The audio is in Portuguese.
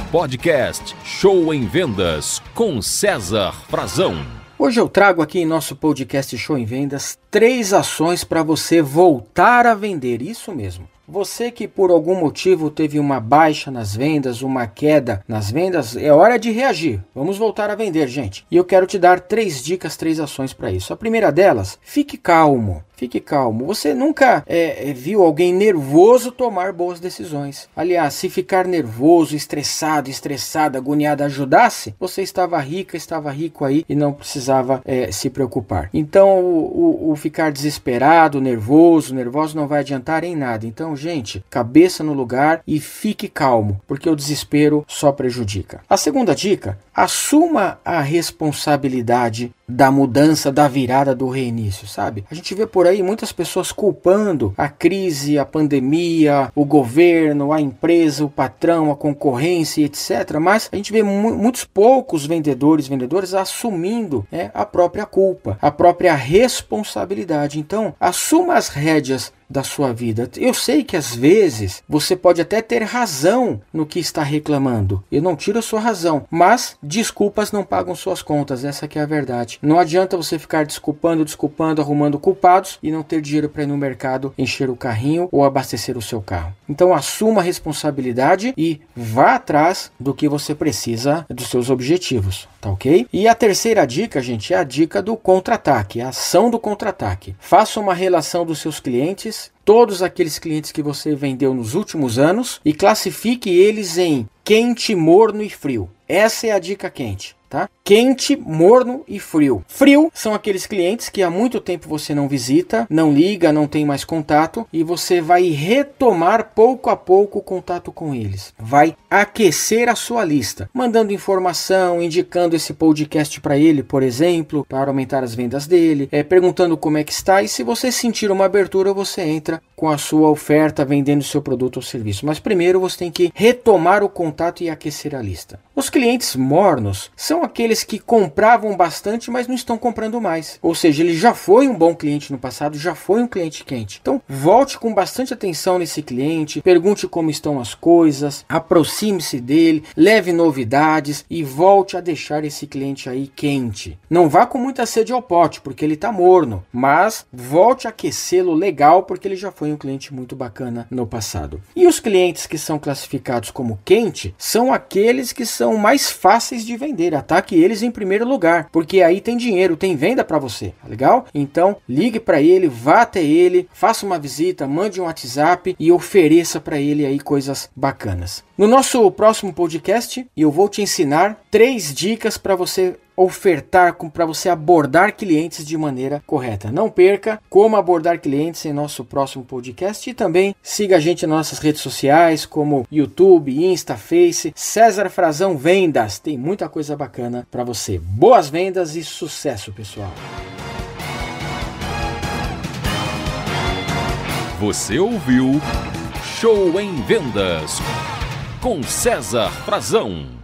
podcast Show em Vendas com César Frazão. Hoje eu trago aqui em nosso podcast Show em Vendas 3 ações para você voltar a vender, isso mesmo. Você que por algum motivo teve uma baixa nas vendas, uma queda nas vendas, é hora de reagir. Vamos voltar a vender, gente. E eu quero te dar 3 dicas, 3 ações para isso. A primeira delas, fique calmo. Fique calmo. Você nunca viu alguém nervoso tomar boas decisões. Aliás, se ficar nervoso, estressado, agoniado ajudasse, você estava rico aí e não precisava se preocupar. Então, o ficar desesperado, nervosa não vai adiantar em nada. Então, gente, cabeça no lugar e fique calmo, porque o desespero só prejudica. A segunda dica, assuma a responsabilidade da mudança, da virada, do reinício, sabe? A gente vê por aí muitas pessoas culpando a crise, a pandemia, o governo, a empresa, o patrão, a concorrência, etc. Mas a gente vê muitos poucos vendedoras assumindo a própria culpa, a própria responsabilidade. Então, assuma as rédeas da sua vida. Eu sei que às vezes você pode até ter razão no que está reclamando. Eu não tiro a sua razão, mas desculpas não pagam suas contas. Essa que é a verdade. Não adianta você ficar desculpando, arrumando culpados e não ter dinheiro para ir no mercado encher o carrinho ou abastecer o seu carro. Então assuma a responsabilidade e vá atrás do que você precisa dos seus objetivos, tá ok? E a terceira dica, gente, é a dica do contra-ataque, a ação do contra-ataque. Faça uma relação dos seus clientes, todos aqueles clientes que você vendeu nos últimos anos, e classifique eles em quente, morno e frio. Essa é a dica quente. Tá? Quente, morno e frio. Frio são aqueles clientes que há muito tempo você não visita, não liga, não tem mais contato, e você vai retomar pouco a pouco o contato com eles. Vai aquecer a sua lista, mandando informação, indicando esse podcast para ele, por exemplo, para aumentar as vendas dele, perguntando como é que está, e se você sentir uma abertura, você entra com a sua oferta vendendo seu produto ou serviço. Mas primeiro você tem que retomar o contato e aquecer a lista. Os clientes mornos são aqueles que compravam bastante, mas não estão comprando mais. Ou seja, ele já foi um bom cliente no passado, já foi um cliente quente. Então, volte com bastante atenção nesse cliente, pergunte como estão as coisas, aproxime-se dele, leve novidades e volte a deixar esse cliente aí quente. Não vá com muita sede ao pote, porque ele está morno, mas volte a aquecê-lo legal, porque ele já foi um cliente muito bacana no passado. E os clientes que são classificados como quente são aqueles que são mais fáceis de vender. Ataque eles em primeiro lugar, porque aí tem dinheiro, tem venda para você, tá legal? Então, ligue para ele, vá até ele, faça uma visita, mande um WhatsApp e ofereça para ele aí coisas bacanas. No nosso próximo podcast, eu vou te ensinar 3 dicas para você ofertar, para você abordar clientes de maneira correta. Não perca como abordar clientes em nosso próximo podcast, e também siga a gente nas nossas redes sociais como YouTube, Insta, Face, César Frazão Vendas. Tem muita coisa bacana para você. Boas vendas e sucesso, pessoal! Você ouviu Show em Vendas com César Frazão.